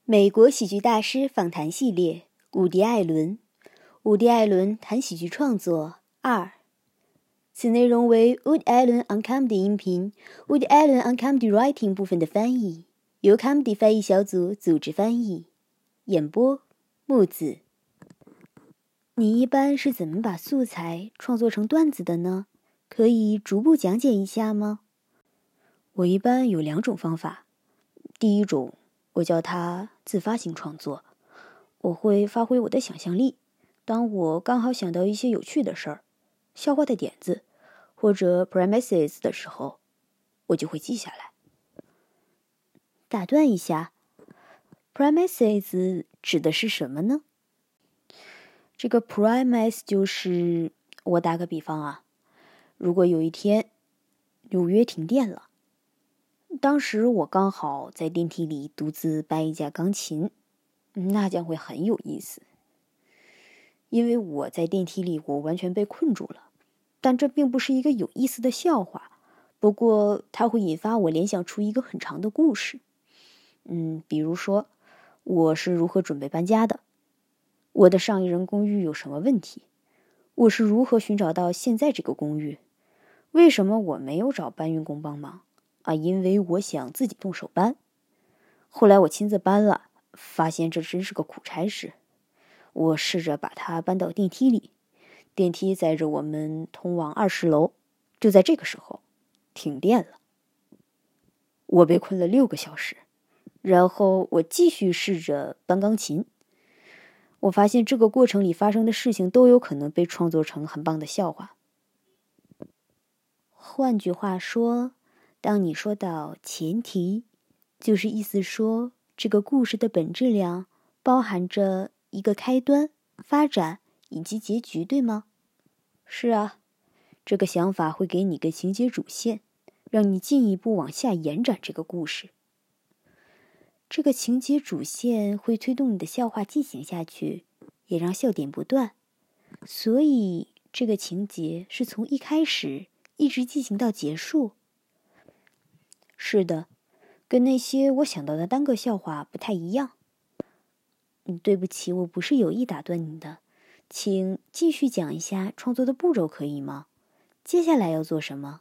美国喜剧大师访谈系列，伍迪·艾伦。伍迪·艾伦谈喜剧创作2。此内容为 Woody Allen on Comedy 音频 Woody Allen on Comedy Writing 部分的翻译，由 Comedy 翻译小组组织翻译。演播木子。你一般是怎么把素材创作成段子的呢？可以逐步讲解一下吗？我一般有2种方法。第一种，我叫它自发性创作。我会发挥我的想象力，当我刚好想到一些有趣的事儿、笑话的点子或者 premises 的时候，我就会记下来。打断一下， premises 指的是什么呢？这个 premise 就是我打个比方啊，如果有一天纽约停电了，当时我刚好在电梯里独自搬一架钢琴，那将会很有意思。因为我在电梯里，我完全被困住了，但这并不是一个有意思的笑话，不过它会引发我联想出一个很长的故事。比如说我是如何准备搬家的，我的上一任公寓有什么问题，我是如何寻找到现在这个公寓，为什么我没有找搬运工帮忙因为我想自己动手搬。后来我亲自搬了，发现这真是个苦差事。我试着把它搬到电梯里，电梯载着我们通往20楼。就在这个时候，停电了。我被困了6个小时，然后我继续试着搬钢琴。我发现这个过程里发生的事情都有可能被创作成很棒的笑话。换句话说，当你说到前提，就是意思说这个故事的本质量包含着一个开端、发展以及结局，对吗？是啊，这个想法会给你个情节主线，让你进一步往下延展这个故事。这个情节主线会推动你的笑话进行下去，也让笑点不断。所以这个情节是从一开始一直进行到结束。是的，跟那些我想到的单个笑话不太一样。对不起，我不是有意打断你的，请继续讲一下创作的步骤可以吗？接下来要做什么？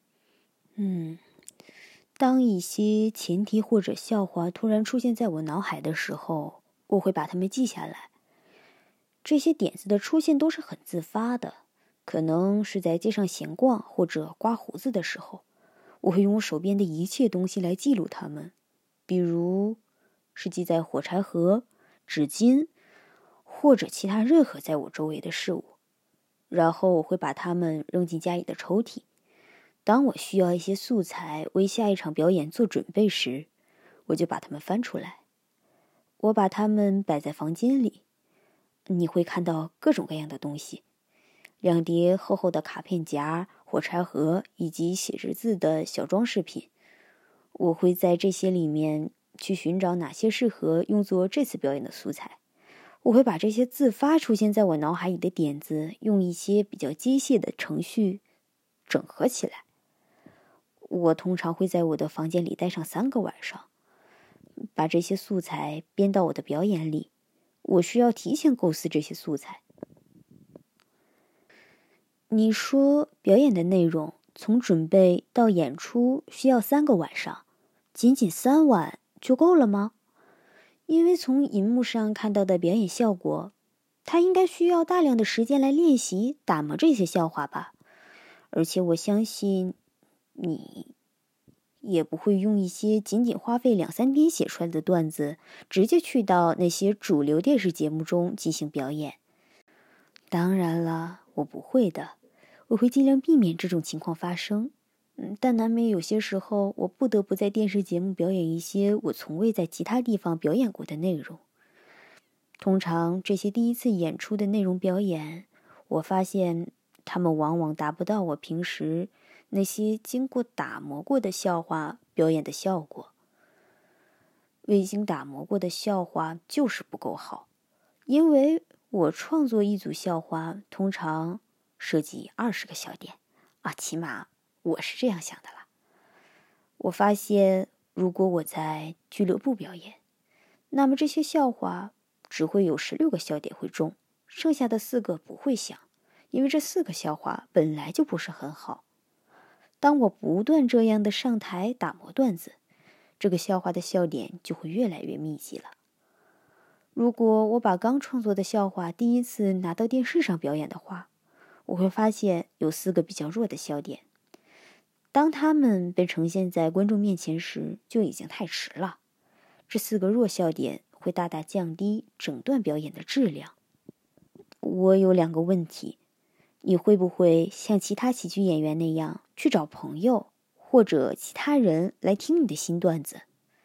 当一些前提或者笑话突然出现在我脑海的时候，我会把它们记下来。这些点子的出现都是很自发的，可能是在街上闲逛或者刮胡子的时候，我会用我手边的一切东西来记录它们，比如是记在火柴盒、纸巾或者其他任何在我周围的事物，然后我会把它们扔进家里的抽屉。当我需要一些素材为下一场表演做准备时，我就把它们翻出来。我把它们摆在房间里，你会看到各种各样的东西，2叠厚厚的卡片夹、火柴盒以及写着字的小装饰品。我会在这些里面去寻找哪些适合用作这次表演的素材。我会把这些自发出现在我脑海里的点子用一些比较机械的程序整合起来。我通常会在我的房间里待上3个晚上，把这些素材编到我的表演里。我需要提前构思这些素材。你说表演的内容从准备到演出需要3个晚上，仅仅3晚就够了吗？因为从荧幕上看到的表演效果，它应该需要大量的时间来练习打磨这些笑话吧。而且我相信你也不会用一些仅仅花费2-3天写出来的段子直接去到那些主流电视节目中进行表演。当然了，我不会的，我会尽量避免这种情况发生。但难免有些时候我不得不在电视节目表演一些我从未在其他地方表演过的内容。通常这些第一次演出的内容表演，我发现他们往往达不到我平时那些经过打磨过的笑话表演的效果。未经打磨过的笑话就是不够好，因为我创作一组笑话通常设计20个笑点起码我是这样想的啦。我发现如果我在俱乐部表演， 那么这些笑话只会有16个笑点会中，剩下的4个不会响，因为这4个笑话本来就不是很好。当我不断这样的上台打磨段子，这个笑话的笑点就会越来越密集了。如果我把刚创作的笑话第一次拿到电视上表演的话，我会发现有4个比较弱的笑点。当他们被呈现在观众面前时，就已经太迟了。这4个弱笑点会大大降低整段表演的质量。我有2个问题，你会不会像其他喜剧演员那样去找朋友或者其他人来听你的新段子？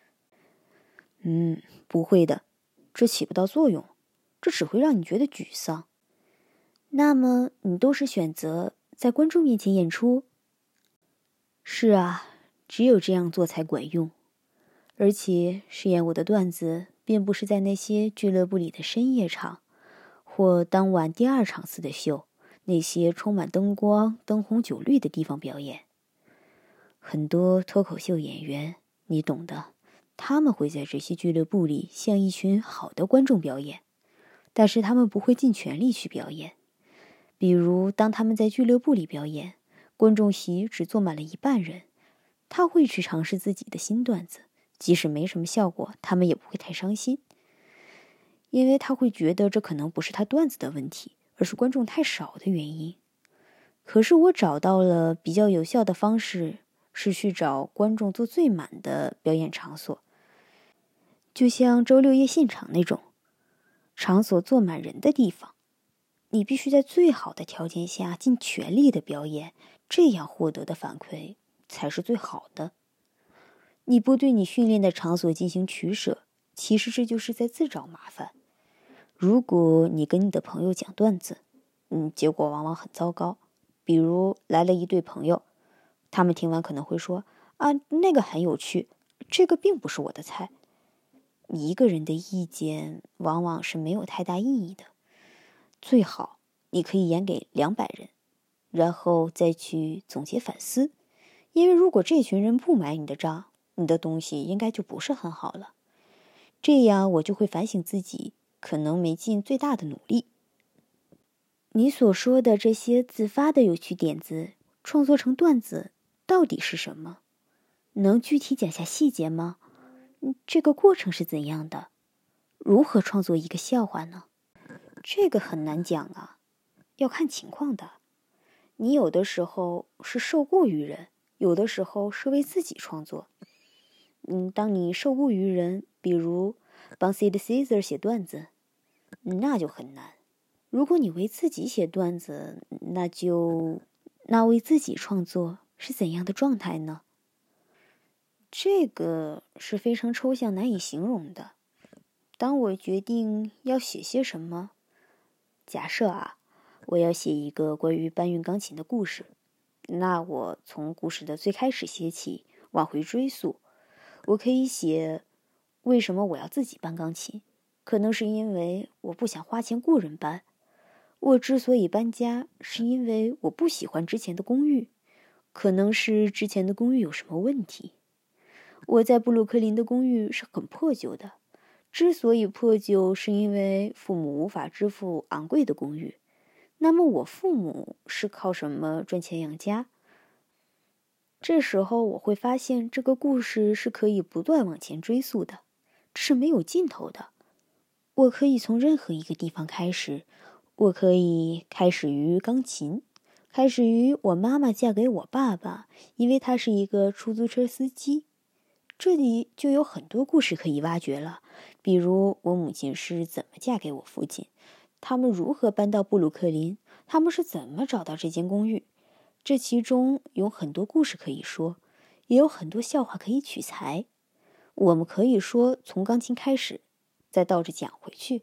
不会的，这起不到作用，这只会让你觉得沮丧。那么你都是选择在观众面前演出？是啊，只有这样做才管用。而且饰演我的段子并不是在那些俱乐部里的深夜场，或当晚第2场次的秀，那些充满灯光、灯红酒绿的地方表演。很多脱口秀演员，你懂的，他们会在这些俱乐部里向一群好的观众表演，但是他们不会尽全力去表演。比如当他们在俱乐部里表演，观众席只坐满了1半人，他会去尝试自己的新段子，即使没什么效果，他们也不会太伤心，因为他会觉得这可能不是他段子的问题，而是观众太少的原因。可是我找到了比较有效的方式，是去找观众坐最满的表演场所，就像周六夜现场那种场所坐满人的地方。你必须在最好的条件下尽全力的表演，这样获得的反馈才是最好的。你不对你训练的场所进行取舍，其实这就是在自找麻烦。如果你跟你的朋友讲段子，结果往往很糟糕。比如来了一对朋友，他们听完可能会说那个很有趣，这个并不是我的菜。一个人的意见往往是没有太大意义的。最好你可以演给200人，然后再去总结反思，因为如果这群人不买你的账，你的东西应该就不是很好了。这样我就会反省自己可能没尽最大的努力。你所说的这些自发的有趣点子创作成段子到底是什么？能具体讲下细节吗？这个过程是怎样的？如何创作一个笑话呢？这个很难讲啊，要看情况的。你有的时候是受雇于人，有的时候是为自己创作。当你受雇于人，比如帮 Sid Caesar 写段子，那就很难。如果你为自己写段子，那为自己创作是怎样的状态呢？这个是非常抽象难以形容的。当我决定要写些什么，假设我要写一个关于搬运钢琴的故事，那我从故事的最开始写起，往回追溯。我可以写为什么我要自己搬钢琴，可能是因为我不想花钱雇人搬。我之所以搬家，是因为我不喜欢之前的公寓，可能是之前的公寓有什么问题。我在布鲁克林的公寓是很破旧的，之所以破旧，是因为父母无法支付昂贵的公寓。那么我父母是靠什么赚钱养家？这时候我会发现这个故事是可以不断往前追溯的，这是没有尽头的。我可以从任何一个地方开始，我可以开始于钢琴，开始于我妈妈嫁给我爸爸，因为他是一个出租车司机。这里就有很多故事可以挖掘了，比如我母亲是怎么嫁给我父亲，他们如何搬到布鲁克林，他们是怎么找到这间公寓。这其中有很多故事可以说，也有很多笑话可以取材。我们可以说从钢琴开始，再倒着讲回去。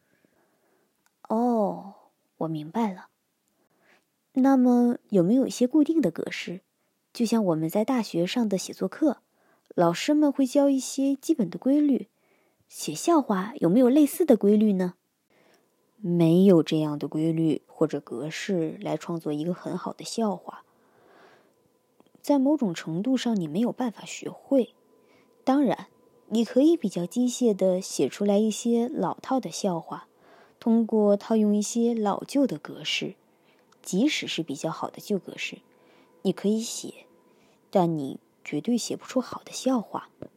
哦，我明白了。那么有没有一些固定的格式？就像我们在大学上的写作课，老师们会教一些基本的规律。写笑话有没有类似的规律呢？没有这样的规律或者格式来创作一个很好的笑话。在某种程度上，你没有办法学会。当然， 你可以比较机械地写出来一些老套的笑话，通过套用一些老旧的格式，即使是比较好的旧格式，你可以写，但你绝对写不出好的笑话。